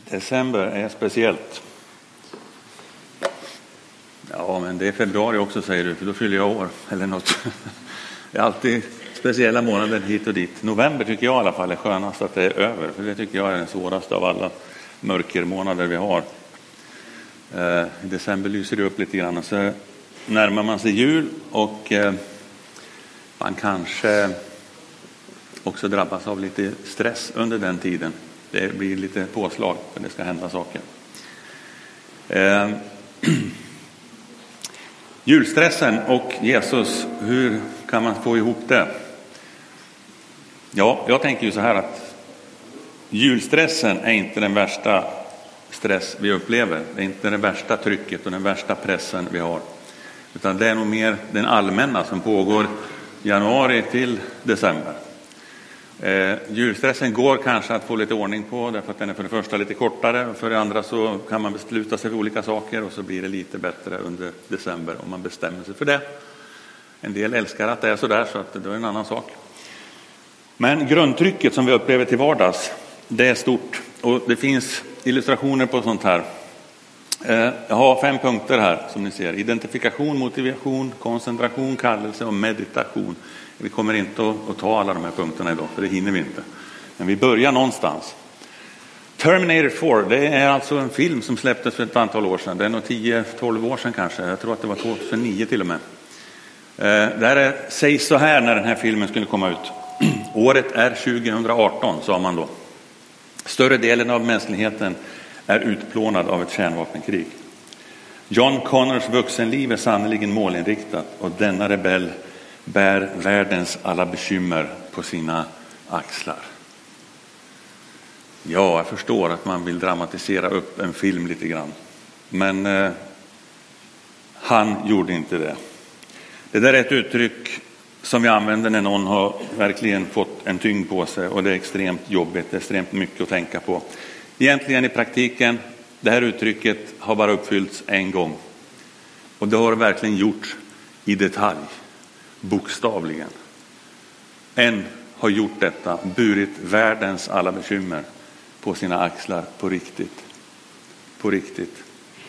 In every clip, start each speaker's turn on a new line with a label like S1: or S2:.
S1: December är speciellt. Ja, men det är februari också, säger du, för då fyller jag år eller något. Det är alltid speciella månader hit och dit. November tycker jag i alla fall är skönast att det är över, för det tycker jag är den svåraste av alla mörkermånader vi har. I december lyser det upp lite grann och så närmar man sig jul och man kanske också drabbas av lite stress under den tiden. Det blir lite påslag för det ska hända saker. Julstressen och Jesus, hur kan man få ihop det? Ja, jag tänker ju så här att julstressen är inte den värsta stress vi upplever. Det är inte det värsta trycket och den värsta pressen vi har. Utan det är nog mer den allmänna som pågår januari till december. Julstressen går kanske att få lite ordning på därför att den är för det första lite kortare. För det andra så kan man besluta sig för olika saker och så blir det lite bättre under december om man bestämmer sig för det. En del älskar att det är sådär, så att det är en annan sak. Men grundtrycket som vi upplever till vardags, det är stort. Och det finns illustrationer på sånt här. Jag har 5 punkter här som ni ser. Identifikation, motivation, koncentration, kallelse och meditation. Vi kommer inte att ta alla de här punkterna idag, för det hinner vi inte. Men vi börjar någonstans. Terminator 4, det är alltså en film som släpptes för ett antal år sedan. Det är nog 10-12 år sedan kanske. Jag tror att det var 2009 till och med. Där sägs så här när den här filmen skulle komma ut. Året är 2018, sa man då. Större delen av mänskligheten är utplånad av ett kärnvapenkrig. John Connors vuxenliv är sannoliken målinriktat och denna rebell bär världens alla bekymmer på sina axlar. Ja, jag förstår att man vill dramatisera upp en film lite grann. Men han gjorde inte det. Det där är ett uttryck som vi använder när någon har verkligen fått en tyngd på sig. Och det är extremt jobbigt, det är extremt mycket att tänka på. Egentligen i praktiken, det här uttrycket har bara uppfyllts en gång. Och det har verkligen gjorts i detalj. Bokstavligen. En har gjort detta, burit världens alla bekymmer på sina axlar på riktigt. På riktigt.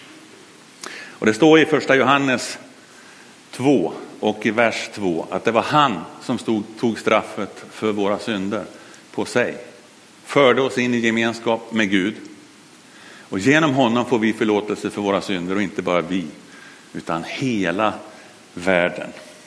S1: Och det står i första Johannes 2 och i vers 2 att det var han som tog straffet för våra synder på sig. Förde oss in i gemenskap med Gud. Och genom honom får vi förlåtelse för våra synder, och inte bara vi utan hela världen.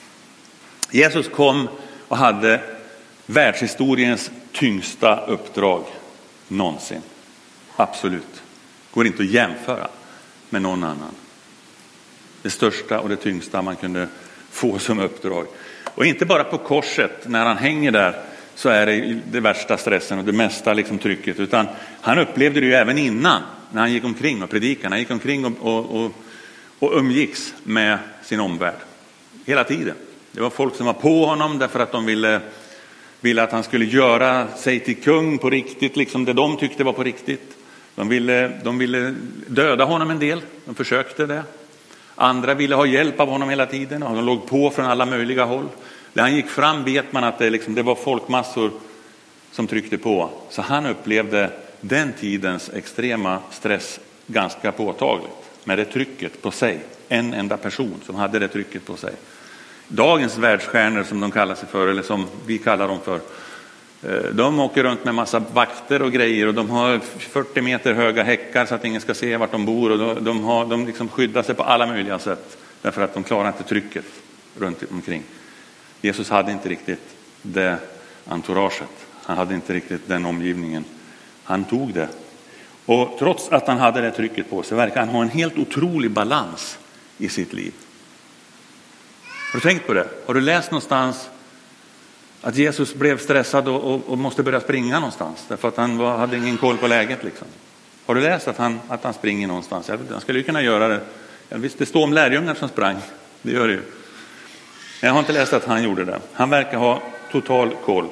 S1: Jesus kom och hade världshistoriens tyngsta uppdrag någonsin. Absolut. Går inte att jämföra med någon annan. Det största och det tyngsta man kunde få som uppdrag. Och inte bara på korset, när han hänger där, så är det värsta stressen och det mesta liksom trycket. Utan han upplevde det ju även innan, när han gick omkring och predikade. Han gick omkring och umgicks med sin omvärld. Hela tiden. Det var folk som var på honom därför att de ville att han skulle göra sig till kung på riktigt. Liksom det de tyckte var på riktigt. De ville döda honom en del. De försökte det. Andra ville ha hjälp av honom hela tiden. Och de låg på från alla möjliga håll. När han gick fram vet man att det var folkmassor som tryckte på. Så han upplevde den tidens extrema stress ganska påtagligt. Med det trycket på sig. En enda person som hade det trycket på sig. Dagens världsstjärnor som de kallar sig för, eller som vi kallar dem för, de åker runt med massa vakter och grejer, och de har 40 meter höga häckar så att ingen ska se vart de bor, och de liksom skyddar sig på alla möjliga sätt därför att de klarar inte trycket runt omkring. Jesus hade inte riktigt det entouraget, han hade inte riktigt den omgivningen. Han tog det, och trots att han hade det trycket på sig verkar han ha en helt otrolig balans i sitt liv. Har du tänkt på det? Har du läst någonstans att Jesus blev stressad och måste börja springa någonstans därför att han hade ingen koll på läget liksom? Har du läst att han springer någonstans? Han skulle ju kunna göra det. Visst, det står om lärjungar som sprang. Det gör det ju. Jag har inte läst att han gjorde det. Han verkar ha total koll.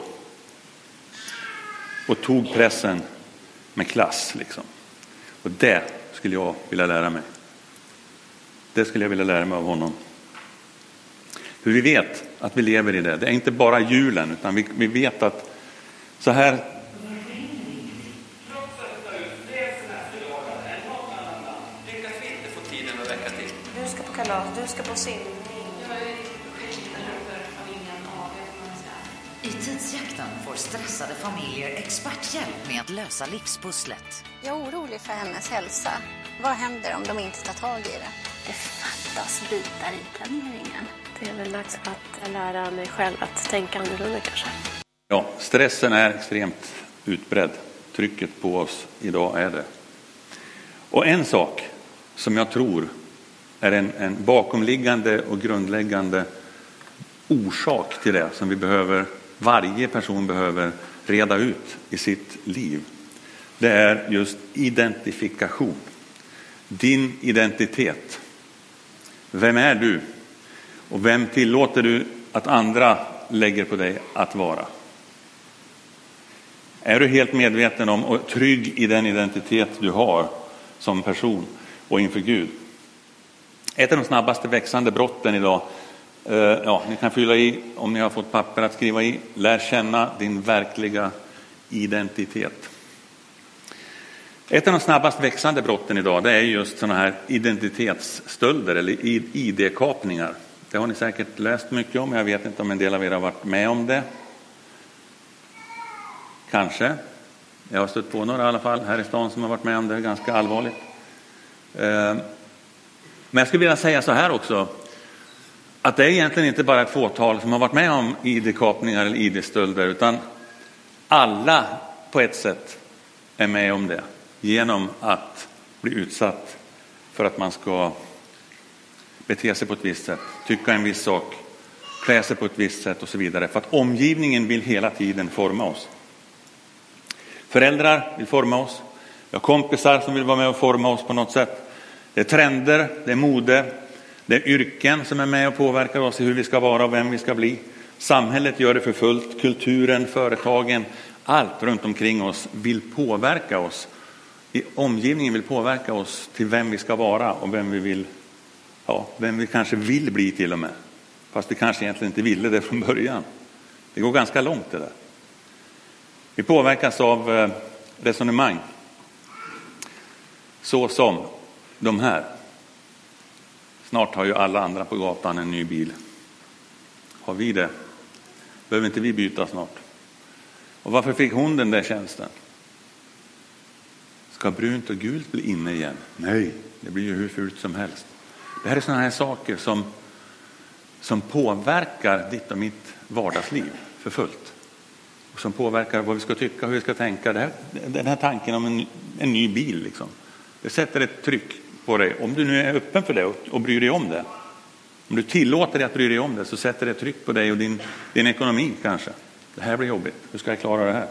S1: Och tog pressen med klass liksom. Och det skulle jag vilja lära mig. Det skulle jag vilja lära mig av honom. För vi vet att vi lever i det. Det är inte bara julen, utan vi vet att så här
S2: påskkalas, du ska på simning.
S3: I tidsjakten får stressade familjer experthjälp med att lösa livspusslet.
S4: Jag är orolig för hennes hälsa. Vad händer om de inte tar tag i det?
S5: Det fattas bitar i planeringen. Det är väl dags att lära mig själv att tänka annorlunda kanske.
S1: Ja, stressen är extremt utbredd. Trycket på oss idag är det. Och en sak som jag tror är en bakomliggande och grundläggande orsak till det som varje person behöver reda ut i sitt liv. Det är just identifikation. Din identitet. Vem är du? Och vem tillåter du att andra lägger på dig att vara? Är du helt medveten om och trygg i den identitet du har som person och inför Gud? Ett av de snabbaste växande brotten idag, ni kan fylla i om ni har fått papper att skriva i, lär känna din verkliga identitet. Ett av de snabbast växande brotten idag, det är just sådana här identitetsstölder eller ID-kapningar. Det har ni säkert läst mycket om, jag vet inte om en del av er har varit med om det. Kanske. Jag har stött på några i alla fall här i stan som har varit med om det, ganska allvarligt. Men jag skulle vilja säga så här också, att det är egentligen inte bara ett fåtal som har varit med om ID-kapningar eller ID-stölder, utan alla på ett sätt är med om det genom att bli utsatt för att man ska bete sig på ett visst sätt, tycka en viss sak, klä sig på ett visst sätt och så vidare, för att omgivningen vill hela tiden forma oss. Föräldrar vill forma oss, vi har kompisar som vill vara med och forma oss på något sätt. Det är trender, det är mode, det är yrken som är med och påverkar oss i hur vi ska vara och vem vi ska bli. Samhället gör det för fullt, kulturen, företagen, allt runt omkring oss vill påverka oss. Omgivningen vill påverka oss till vem vi ska vara och vem vi kanske vill bli till och med. Fast vi kanske egentligen inte ville det från början. Det går ganska långt det där. Vi påverkas av resonemang. Så som de här. Snart har ju alla andra på gatan en ny bil. Har vi det? Behöver inte vi byta snart? Och varför fick hon den där tjänsten? Ska brunt och gult bli inne igen? Nej, det blir ju hur fult som helst. Det här är sådana här saker som påverkar ditt och mitt vardagsliv för fullt. Och som påverkar vad vi ska tycka, hur vi ska tänka. Den här tanken om en ny bil liksom. Det sätter ett tryck på dig. Om du nu är öppen för det och bryr dig om det. Om du tillåter dig att bry dig om det, så sätter det ett tryck på dig och din ekonomi kanske. Det här blir jobbigt. Hur ska jag klara det här?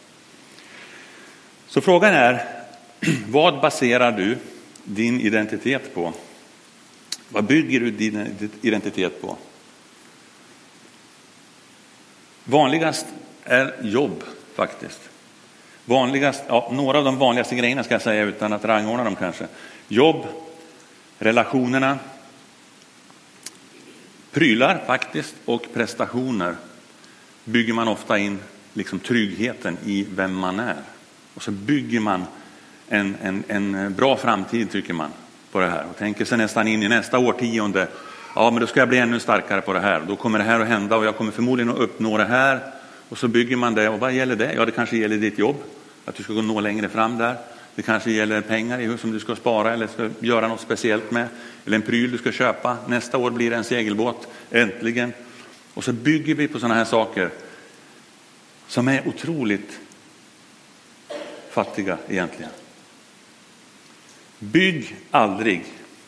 S1: Så frågan är, vad baserar du din identitet på? Vad bygger du din identitet på? Vanligast är jobb faktiskt. Några av de vanligaste grejerna ska jag säga utan att rangordna dem kanske. Jobb, relationerna, prylar faktiskt och prestationer bygger man ofta in liksom tryggheten i vem man är. Och så bygger man en bra framtid tycker man på det här och tänker sig nästan in i nästa årtionde. Ja, men då ska jag bli ännu starkare på det här. Då kommer det här att hända och jag kommer förmodligen att uppnå det här. Och så bygger man det. Och vad gäller det? Ja, det kanske gäller ditt jobb. Att du ska nå längre fram där. Det kanske gäller pengar som du ska spara eller ska göra något speciellt med. Eller en pryl du ska köpa. Nästa år blir det en segelbåt. Äntligen. Och så bygger vi på sådana här saker som är otroligt fattiga egentligen. Bygg aldrig.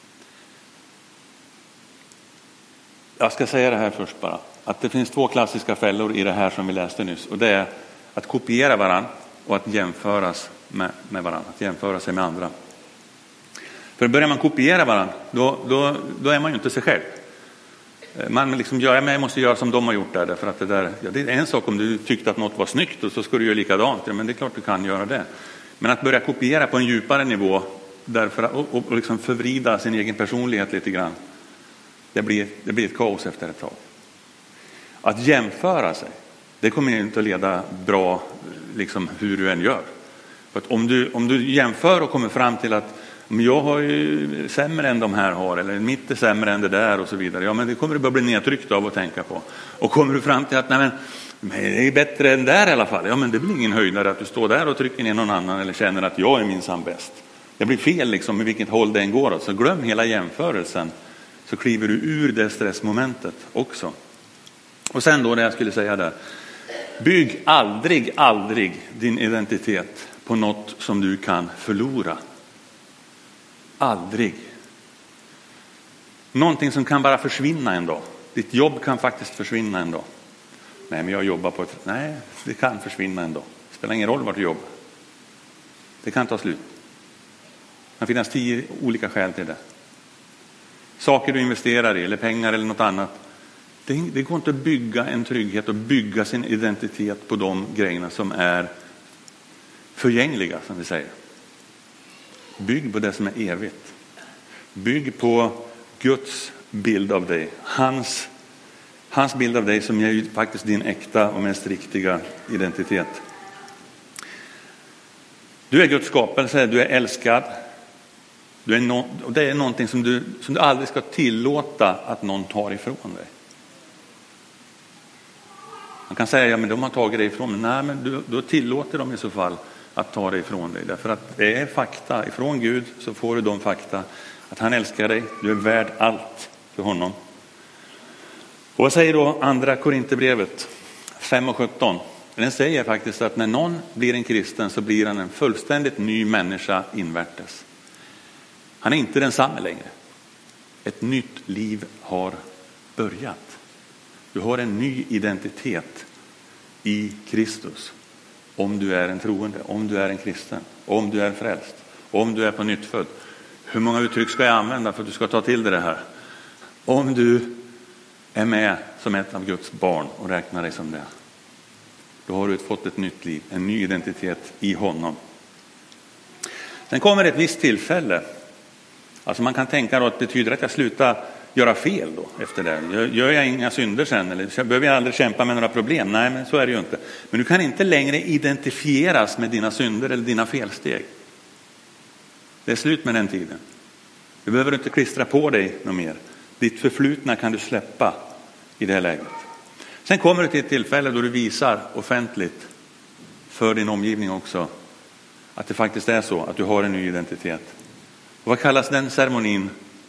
S1: Jag ska säga det här först bara. Att det finns två klassiska fällor i det här som vi läste nyss. Och det är att kopiera varandra och att jämföras med varandra. Att jämföra sig med andra. För börjar man kopiera varandra, då är man ju inte sig själv. Man liksom jag måste göra som de har gjort där. Därför att det är en sak om du tyckte att något var snyggt och så ska du göra likadant. Ja, men det är klart du kan göra det. Men att börja kopiera på en djupare nivå och liksom förvrida sin egen personlighet lite grann. Det blir ett kaos efter ett tag. Att jämföra sig, det kommer inte att leda bra liksom hur du än gör. För att om du jämför och kommer fram till att Men jag har ju sämre än de här har, eller mitt är sämre än det där och så vidare. Ja, men det kommer du bara bli nedtryckt av att tänka på. Och kommer du fram till att nej, men det är bättre än där i alla fall. Ja, men det blir ingen höjdare att du står där och trycker ner någon annan eller känner att jag är minsann bäst. Det blir fel liksom i vilket håll det än går. Så glöm hela jämförelsen, så kliver du ur det stressmomentet också. Och sen då det jag skulle säga där. Bygg aldrig din identitet på något som du kan förlora. Aldrig. Någonting som kan bara försvinna en dag. Ditt jobb kan faktiskt försvinna en dag. Nej, men jag jobbar på ett... Nej, det kan försvinna en dag. Det spelar ingen roll vart du jobbar. Det kan ta slut. Det kan finnas 10 olika skäl till det. Saker du investerar i, eller pengar eller något annat. Det går inte att bygga en trygghet och bygga sin identitet på de grejerna som är förgängliga, som vi säger. Bygg på det som är evigt. Bygg på Guds bild av dig. Hans bild av dig som är ju faktiskt din äkta och mest riktiga identitet. Du är Guds skapelse, du är älskad. Och det är någonting som du aldrig ska tillåta att någon tar ifrån dig. Man kan säga, ja men de har tagit dig ifrån mig. Nej, men då tillåter de i så fall att ta dig ifrån dig. Därför att det är fakta. Ifrån Gud så får du de fakta. Att han älskar dig. Du är värd allt för honom. Och vad säger då andra Korinthierbrevet 5:17? Den säger faktiskt att när någon blir en kristen så blir han en fullständigt ny människa invärtes. Han är inte densamma längre. Ett nytt liv har börjat. Du har en ny identitet i Kristus. Om du är en troende, om du är en kristen, om du är frälst, om du är på nytt född. Hur många uttryck ska jag använda för att du ska ta till det här? Om du är med som ett av Guds barn och räknar dig som det. Då har du fått ett nytt liv, en ny identitet i honom. Sen kommer ett visst tillfälle. Alltså man kan tänka då att det betyder att jag slutar göra fel då efter det. Gör jag inga synder sen eller behöver jag aldrig kämpa med några problem? Nej, men så är det ju inte. Men du kan inte längre identifieras med dina synder eller dina felsteg. Det är slut med den tiden. Du behöver inte klistra på dig något mer. Ditt förflutna kan du släppa i det här läget. Sen kommer du till ett tillfälle då du visar offentligt för din omgivning också att det faktiskt är så att du har en ny identitet. Och vad kallas den ceremonin?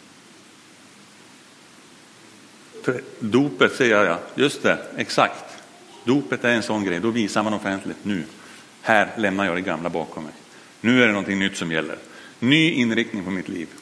S1: För dopet säger jag. Just det, exakt. Dopet är en sån grej. Då visar man offentligt nu. Här lämnar jag det gamla bakom mig. Nu är det någonting nytt som gäller. Ny inriktning på mitt liv.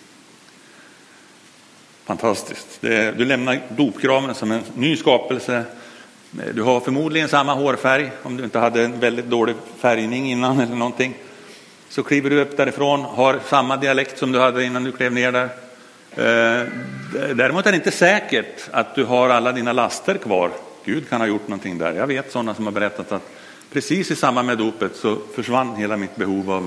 S1: Fantastiskt. Du lämnar dopkramen som en ny skapelse. Du har förmodligen samma hårfärg. Om du inte hade en väldigt dålig färgning innan eller någonting. Så kliver du upp därifrån. Har samma dialekt som du hade innan du klev ner där. Däremot är det inte säkert att du har alla dina laster kvar. Gud kan ha gjort någonting där. Jag vet sådana som har berättat att precis i samband med dopet så försvann hela mitt behov av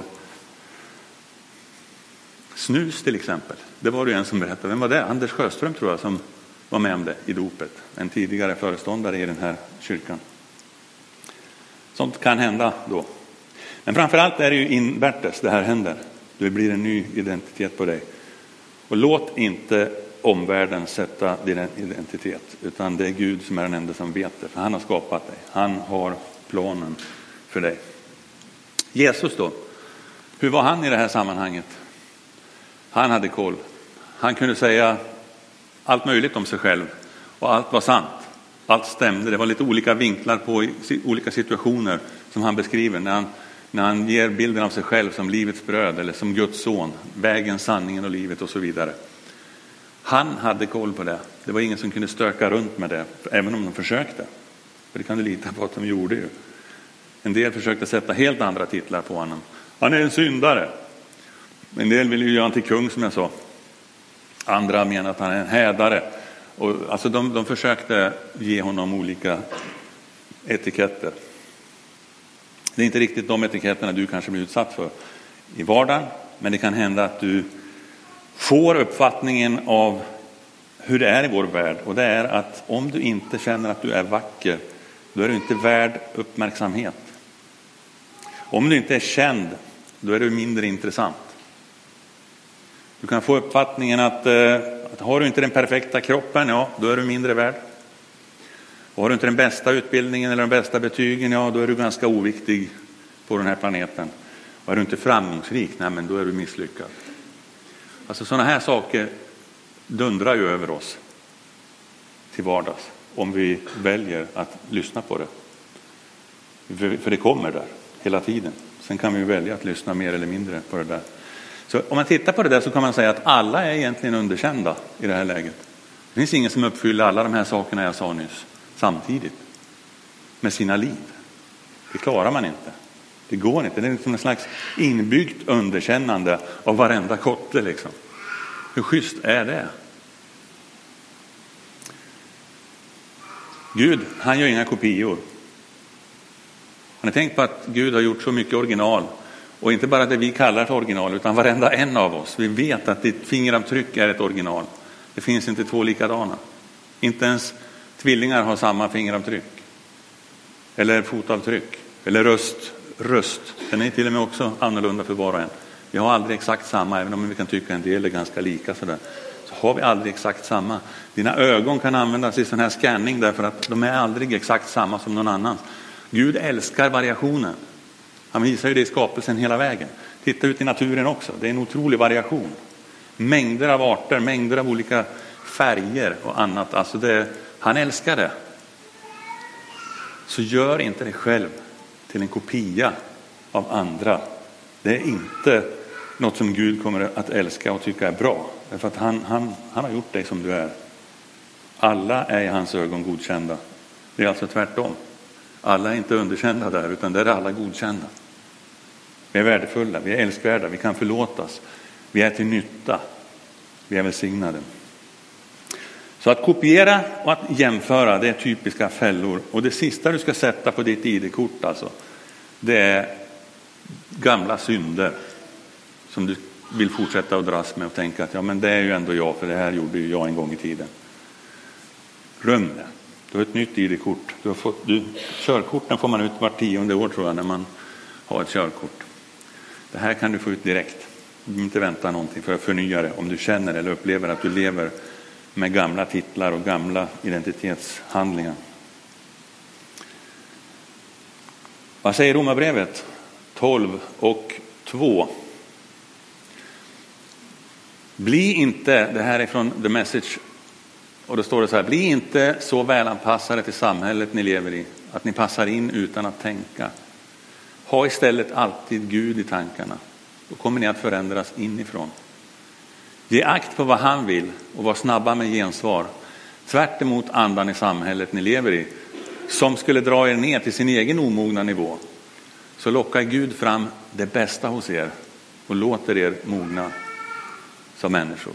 S1: snus till exempel. Det var det en som berättade. Vem var det? Anders Sjöström tror jag som var med om det i dopet. En tidigare föreståndare i den här kyrkan. Sånt kan hända då. Men framförallt är det ju invärtes det här händer. Det blir en ny identitet på dig. Och låt inte omvärlden sätta din identitet. Utan det är Gud som är den enda som vet det. För han har skapat dig. Han har planen för dig. Jesus då. Hur var han i det här sammanhanget? Han hade koll. Han kunde säga allt möjligt om sig själv. Och allt var sant. Allt stämde. Det var lite olika vinklar på olika situationer som han beskriver. När han ger bilden av sig själv som livets bröd. Eller som Guds son. Vägen, sanningen och livet och så vidare. Han hade koll på det. Det var ingen som kunde stöka runt med det. Även om de försökte. För det kan du lita på att de gjorde ju. En del försökte sätta helt andra titlar på honom. Han är en syndare. En del vill ju göra han till kung som jag sa. Andra menar att han är en hädare. Och alltså de försökte ge honom olika etiketter. Det är inte riktigt de etiketterna du kanske blir utsatt för i vardagen. Men det kan hända att du får uppfattningen av hur det är i vår värld. Och det är att om du inte känner att du är vacker, då är du inte värd uppmärksamhet. Om du inte är känd, då är du mindre intressant. Du kan få uppfattningen att har du inte den perfekta kroppen, ja, då är du mindre värd. Och har du inte den bästa utbildningen eller de bästa betygen, ja, då är du ganska oviktig på den här planeten. Och är du inte framgångsrik, nej, men då är du misslyckad. Alltså sådana här saker dundrar ju över oss till vardags om vi väljer att lyssna på det. För det kommer där hela tiden. Sen kan vi välja att lyssna mer eller mindre på det där. Så om man tittar på det där så kan man säga att alla är egentligen underkända i det här läget. Det finns ingen som uppfyller alla de här sakerna jag sa nyss samtidigt med sina liv. Det klarar man inte. Det går inte. Det är som en slags inbyggt underkännande av varenda kotte liksom. Hur schysst är det? Gud, han gör inga kopior. Har ni tänkt på att Gud har gjort så mycket original? Och inte bara det vi kallar ett original, utan varenda en av oss. Vi vet att ditt fingeravtryck är ett original. Det finns inte två likadana. Inte ens tvillingar har samma fingeravtryck. Eller fotavtryck. Eller röst. Den är till och med också annorlunda för var och en. Vi har aldrig exakt samma, även om vi kan tycka en del är ganska lika sådär. Så har vi aldrig exakt samma. Dina ögon kan användas i sån här scanning därför att de är aldrig exakt samma som någon annan. Gud älskar variationen. Han visar ju det i skapelsen hela vägen. Titta ut i naturen också. Det är en otrolig variation. Mängder av arter, mängder av olika färger och annat. Alltså han älskar det. Så gör inte det själv till en kopia av andra. Det är inte något som Gud kommer att älska och tycka är bra. Därför att han har gjort dig som du är. Alla är i hans ögon godkända. Det är alltså tvärtom. Alla är inte underkända där, utan där är alla godkända. Vi är värdefulla, vi är älskvärda, vi kan förlåtas. Vi är till nytta. Vi är välsignade. Så att kopiera och att jämföra, det är typiska fällor. Och det sista du ska sätta på ditt ID-kort alltså, det är gamla synder som du vill fortsätta att dras med och tänka att ja, men det är ju ändå jag, för det här gjorde ju jag en gång i tiden. Glöm det. Du har ett nytt ID-kort. Körkorten får man ut var 10:e år tror jag när man har ett körkort. Det här kan du få ut direkt. Inte vänta någonting för att förnya det om du känner eller upplever att du lever med gamla titlar och gamla identitetshandlingar. Vad säger Romarbrevet 12:2? Bli inte, det här är från The Message, och då står det så här: bli inte så välanpassade till samhället ni lever i att ni passar in utan att tänka. Ha istället alltid Gud i tankarna. Då kommer ni att förändras inifrån. Ge akt på vad han vill och var snabba med gensvar. Tvärt emot andan i samhället ni lever i, som skulle dra er ner till sin egen omogna nivå. Så lockar Gud fram det bästa hos er och låter er mogna som människor.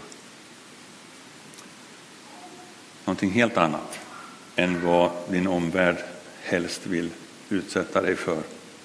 S1: Någonting helt annat än vad din omvärld helst vill utsätta dig för.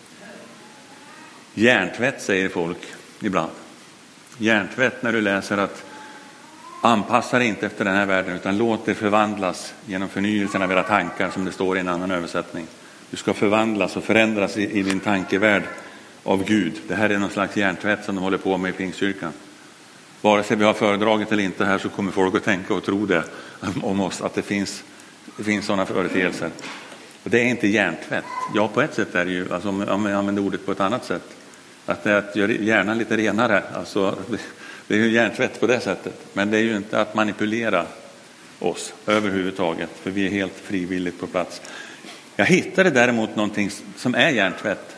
S1: Hjärntvätt säger folk ibland. Hjärntvätt när du läser att anpassa dig inte efter den här världen utan låt dig förvandlas genom förnyelsen av era tankar, som det står i en annan översättning. Du ska förvandlas och förändras i din tankevärld av Gud. Det här är någon slags hjärntvätt som de håller på med i Pingstkyrkan. Vare sig vi har föredraget eller inte här så kommer folk att tänka och tro det om oss, att det finns sådana företeelser. Och det är inte hjärntvätt. Ja, på ett sätt är det ju, alltså om vi använder ordet på ett annat sätt, att det är att göra hjärnan lite renare. Alltså, det är ju hjärntvätt på det sättet. Men det är ju inte att manipulera oss överhuvudtaget, för vi är helt frivilligt på plats. Jag hittade däremot någonting som är hjärntvätt.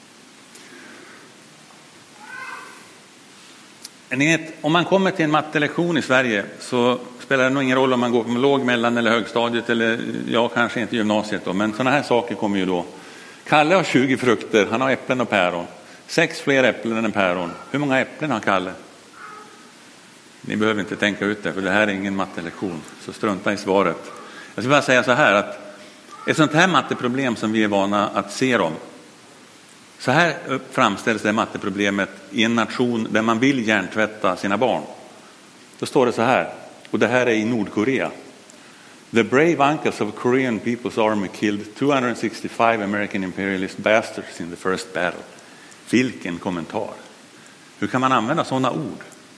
S1: Om man kommer till en mattelektion i Sverige så spelar det nog ingen roll om man går på låg-, mellan- eller högstadiet, eller ja, kanske inte gymnasiet då, men sådana här saker kommer ju då. Kalle har 20 frukter, han har äpplen och päron. 6 fler äpplen än päron. Hur många äpplen har Kalle? Ni behöver inte tänka ut det, för det här är ingen mattelektion, så strunta i svaret. Jag ska bara säga så här, att ett sånt här matteproblem som vi är vana att se om, så här framställs det matteproblemet i en nation där man vill hjärntvätta sina barn. Då står det så här, och det här är i Nordkorea. The brave uncles of Korean people's army killed 265 American imperialist bastards in the first battle. Vilken kommentar. Hur kan man använda sådana ord?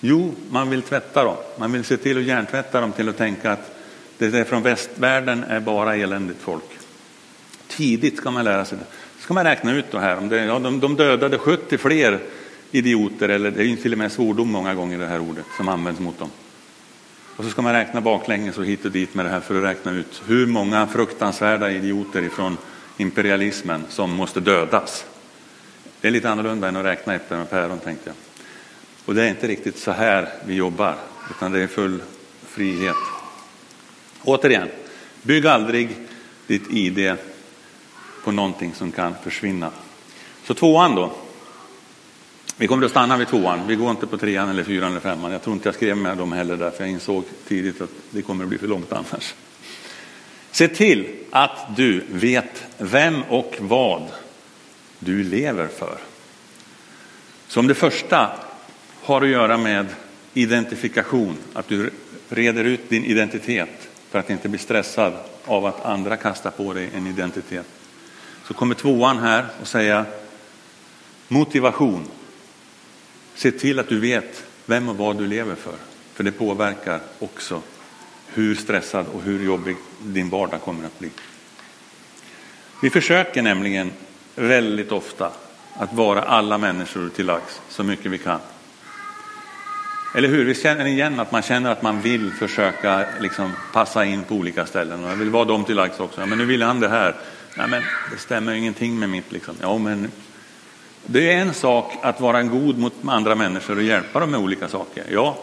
S1: Jo, man vill tvätta dem. Man vill se till att hjärntvätta dem till att tänka att det där från västvärlden är bara eländigt folk. Tidigt ska man lära sig det. Ska man räkna ut då här. Om det, de dödade 70 fler idioter, eller det är ju till och med svordom många gånger det här ordet som används mot dem. Och så ska man räkna baklänges och hit och dit med det här för att räkna ut hur många fruktansvärda idioter ifrån imperialismen som måste dödas. Det är lite annorlunda än att räkna äpplen och päron, tänkte jag. Och det är inte riktigt så här vi jobbar, utan det är full frihet. Återigen, bygg aldrig ditt ID på någonting som kan försvinna. Så 2:an då. Vi kommer att stanna vid 2:an. Vi går inte på 3:an eller 4:an eller 5:an. Jag tror inte jag skrev med dem heller där, för jag insåg tidigt att det kommer att bli för långt annars. Se till att du vet vem och vad du lever för. Så om det första har att göra med identifikation, att du reder ut din identitet för att inte bli stressad av att andra kastar på dig en identitet, så kommer 2:an här och säga motivation. Se till att du vet vem och vad du lever för det påverkar också hur stressad och hur jobbig din vardag kommer att bli. Vi försöker nämligen väldigt ofta att vara alla människor till lags så mycket vi kan. Eller hur? Vi känner igen att man känner att man vill försöka liksom passa in på olika ställen. Och jag vill vara dem till lags också. Ja, men nu vill han det här. Nej, men det stämmer ingenting med mitt liksom. Ja, men det är en sak att vara god mot andra människor och hjälpa dem med olika saker. Ja.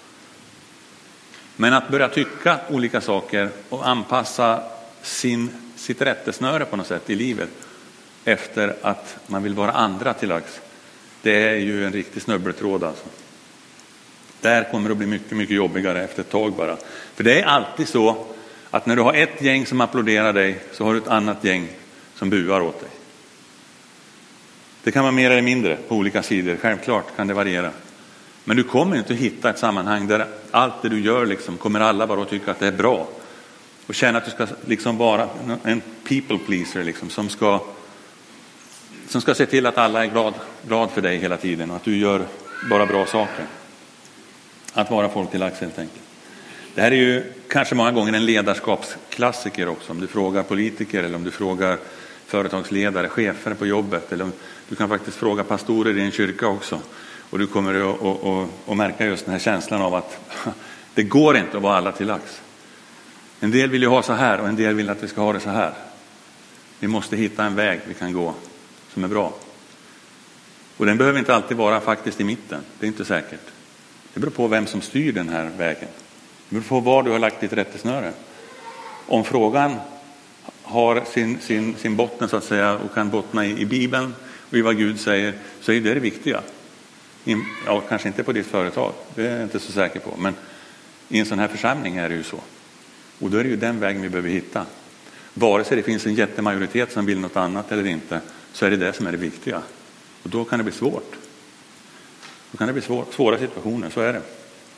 S1: Men att börja tycka olika saker och anpassa sitt rättesnöre på något sätt i livet efter att man vill vara andra till lags, det är ju en riktig snubbeltråd alltså. Där kommer det att bli mycket, mycket jobbigare efter ett tag bara. För det är alltid så att när du har ett gäng som applåderar dig så har du ett annat gäng som buar åt dig. Det kan vara mer eller mindre på olika sidor. Självklart kan det variera. Men du kommer inte att hitta ett sammanhang där allt det du gör liksom, kommer alla bara att tycka att det är bra. Och känna att du ska liksom vara en people pleaser liksom, som ska se till att alla är glad för dig hela tiden. Och att du gör bara bra saker. Att vara folk till lags helt enkelt. Det här är ju kanske många gånger en ledarskapsklassiker också. Om du frågar politiker eller om du frågar företagsledare, chefer på jobbet. Eller om du kan faktiskt fråga pastorer i en kyrka också. Och du kommer att märka just den här känslan av att det går inte att vara alla till lags. En del vill ju ha så här och en del vill att vi ska ha det så här. Vi måste hitta en väg vi kan gå som är bra. Och den behöver inte alltid vara faktiskt i mitten. Det är inte säkert. Det beror på vem som styr den här vägen. Det beror på var du har lagt ditt rättesnöre. Om frågan har sin botten så att säga och kan bottna i Bibeln och i vad Gud säger, så är det viktiga. Ja, kanske inte på ditt företag, det är jag inte så säker på. Men i en sån här församling är det ju så. Och då är det ju den vägen vi behöver hitta. Vare sig det finns en jättemajoritet som vill något annat eller inte, så är det som är det viktiga. Och då kan det bli svårt. Då kan det bli svåra situationer, så är det.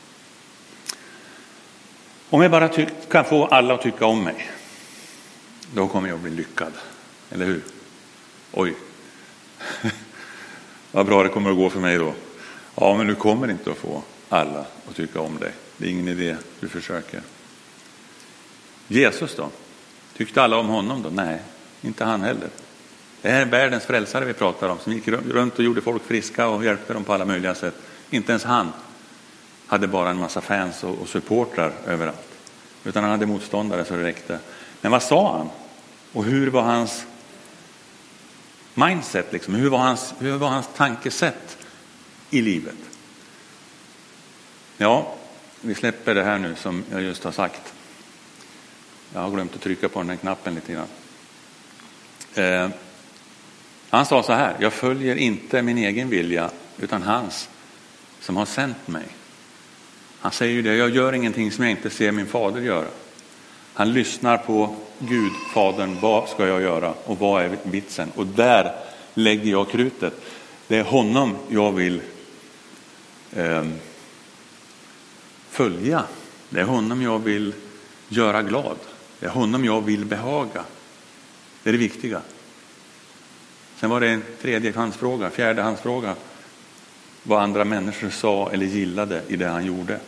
S1: Om jag bara kan få alla att tycka om mig, då kommer jag att bli lyckad. Eller hur? Oj. Vad bra det kommer att gå för mig då. Ja, men du kommer inte att få alla att tycka om dig. Det är ingen idé du försöker. Jesus då? Tyckte alla om honom då? Nej, inte han heller. Det här är världens frälsare vi pratar om, som gick runt och gjorde folk friska och hjälpte dem på alla möjliga sätt. Inte ens han hade bara en massa fans och supportrar överallt. Utan han hade motståndare så det räckte. Men vad sa han? Och hur var hans mindset liksom? Hur var hans tankesätt i livet? Ja, vi släpper det här nu som jag just har sagt. Jag har glömt att trycka på den här knappen lite grann. Han sa så här: jag följer inte min egen vilja utan hans som har sänt mig. Han säger ju det, jag gör ingenting som jag inte ser min fader göra. Han lyssnar på Gud, fadern, vad ska jag göra och vad är vitsen? Och där lägger jag krutet. Det är honom jag vill följa. Det är honom jag vill göra glad. Det är honom jag vill behaga. Det är det viktiga. Sen var det en fjärdehandsfråga. vad andra människor sa eller gillade i det han gjorde.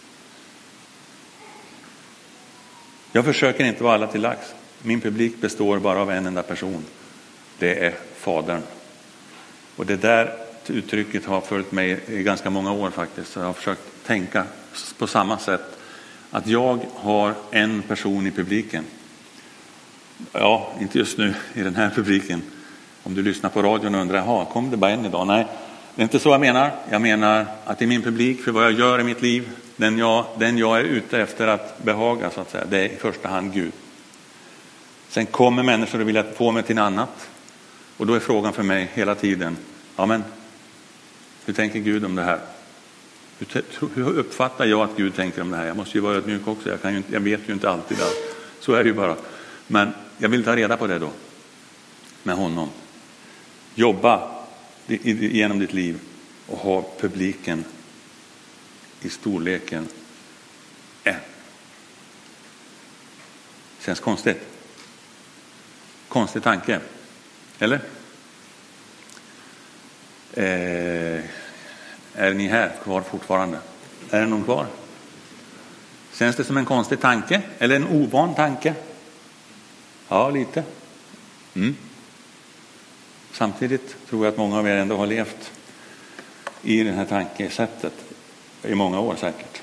S1: Jag försöker inte vara alla till lags. Min publik består bara av en enda person. Det är Fadern. Och det där uttrycket har följt mig i ganska många år faktiskt. Så jag har försökt tänka på samma sätt. Att jag har en person i publiken. Ja, inte just nu i den här publiken. Om du lyssnar på radion och undrar, kom det bara en idag? Nej, det är inte så jag menar. Jag menar att i min publik, för vad jag gör i mitt liv, den jag är ute efter att behaga så att säga, det är i första hand Gud. Sen kommer människor och vill få mig till annat. Och då är frågan för mig hela tiden, men hur tänker Gud om det här? Hur uppfattar jag att Gud tänker om det här? Jag måste ju vara ödmjuk också. Jag vet ju inte alltid allt. Så är det ju bara. Men jag vill ta reda på det då. Med honom. Jobba genom ditt liv och ha publiken i storleken en. Känns konstigt. Konstig tanke. Eller? Är ni här kvar fortfarande? Är det någon kvar? Känns det som en konstig tanke? Eller en ovan tanke? Ja, lite. Samtidigt tror jag att många av er ändå har levt i det här tankesättet i många år säkert.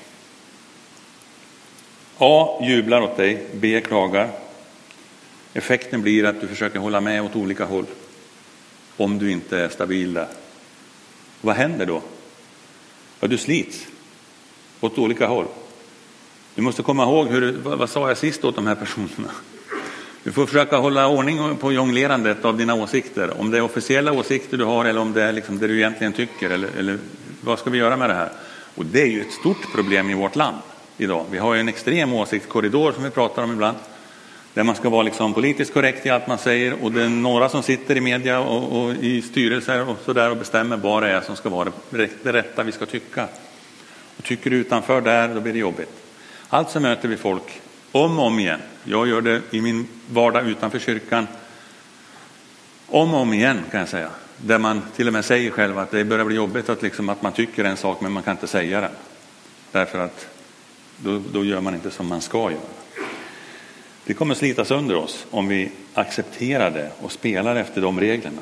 S1: A jublar åt dig, B klagar. Effekten blir att du försöker hålla med åt olika håll. Om du inte är stabil där. Vad händer då? Ja, du slits åt olika håll. Du måste komma ihåg vad sa jag sist åt de här personerna. Du får försöka hålla ordning på jonglerandet av dina åsikter. Om det är officiella åsikter du har eller om det är liksom det du egentligen tycker. Eller vad ska vi göra med det här? Och det är ju ett stort problem i vårt land idag. Vi har ju en extrem åsiktskorridor som vi pratar om ibland. Där man ska vara liksom politiskt korrekt i allt man säger. Och det är några som sitter i media och i styrelser och sådär och bestämmer vad det är som ska vara det rätta vi ska tycka. Och tycker du utanför där, då blir det jobbigt. Alltså möter vi folk om och om igen. Jag gör det i min vardag utanför kyrkan. Om och om igen kan jag säga. Där man till och med säger själv att det börjar bli jobbigt att man tycker en sak men man kan inte säga den. Därför att då gör man inte som man ska göra. Det kommer slitas under oss om vi accepterar det och spelar efter de reglerna.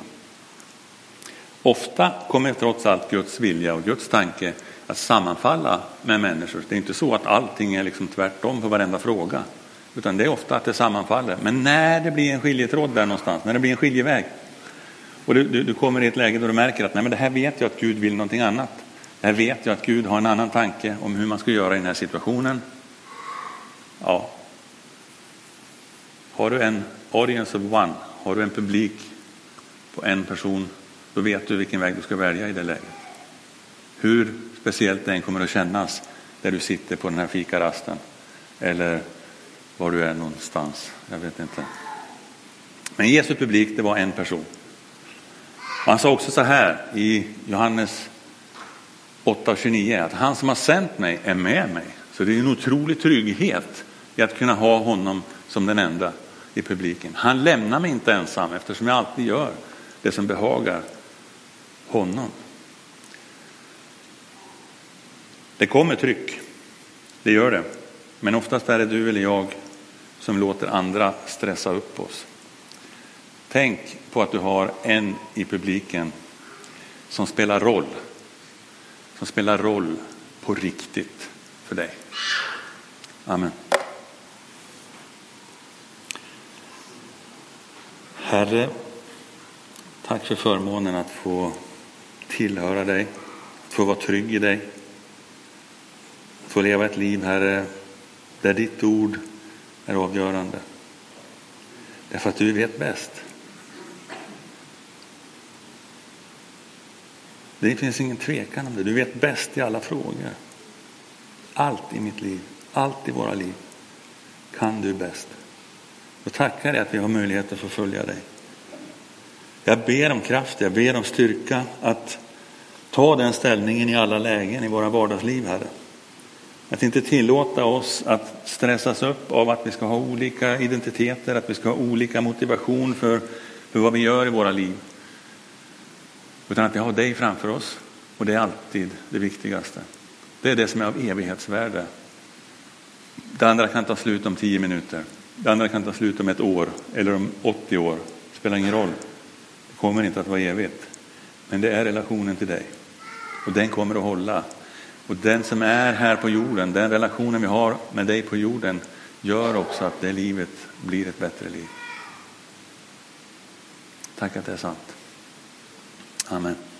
S1: Ofta kommer trots allt Guds vilja och Guds tanke att sammanfalla med människor. Det är inte så att allting är liksom tvärtom på varenda fråga. Utan det är ofta att det sammanfaller. Men när det blir en skiljetråd där någonstans, när det blir en skiljeväg. Och du kommer i ett läge då du märker att nej, men det här vet jag att Gud vill någonting annat. Det här vet jag att Gud har en annan tanke om hur man ska göra i den här situationen. Ja. Har du en audience of one, har du en publik på en person, då vet du vilken väg du ska välja i det läget. Hur speciellt det än kommer att kännas där du sitter på den här fikarasten. Eller var du är någonstans, jag vet inte. Men Jesu publik, det var en person. Och han sa också så här i Johannes 8:29 att han som har sänt mig är med mig. Så det är en otrolig trygghet i att kunna ha honom som den enda i publiken. Han lämnar mig inte ensam eftersom jag alltid gör det som behagar honom. Det kommer tryck, det gör det. Men oftast är det du eller jag som låter andra stressa upp oss. Tänk på att du har en i publiken som spelar roll. Som spelar roll på riktigt för dig. Amen. Herre, tack för förmånen att få tillhöra dig. Att få vara trygg i dig. Att få leva ett liv, Herre, där ditt ord är avgörande. Därför att du vet bäst. Det finns ingen tvekan om det. Du vet bäst i alla frågor. Allt i mitt liv, allt i våra liv kan du bäst. Och tackar dig att vi har möjlighet att förfölja dig. Jag ber om kraft, jag ber om styrka att ta den ställningen i alla lägen i våra vardagsliv, Herre. Att inte tillåta oss att stressas upp av att vi ska ha olika identiteter, att vi ska ha olika motivation för vad vi gör i våra liv. Utan att vi har dig framför oss Och det är alltid det viktigaste. Det är det som är av evighetsvärde. Det andra kan ta slut om 10 minuter. Det andra kan ta slut om 1 år eller om 80 år. Det spelar ingen roll. Det kommer inte att vara evigt. Men det är relationen till dig. Och den kommer att hålla. Och den som är här på jorden, den relationen vi har med dig på jorden, gör också att det livet blir ett bättre liv. Tack att det är sant. Amen.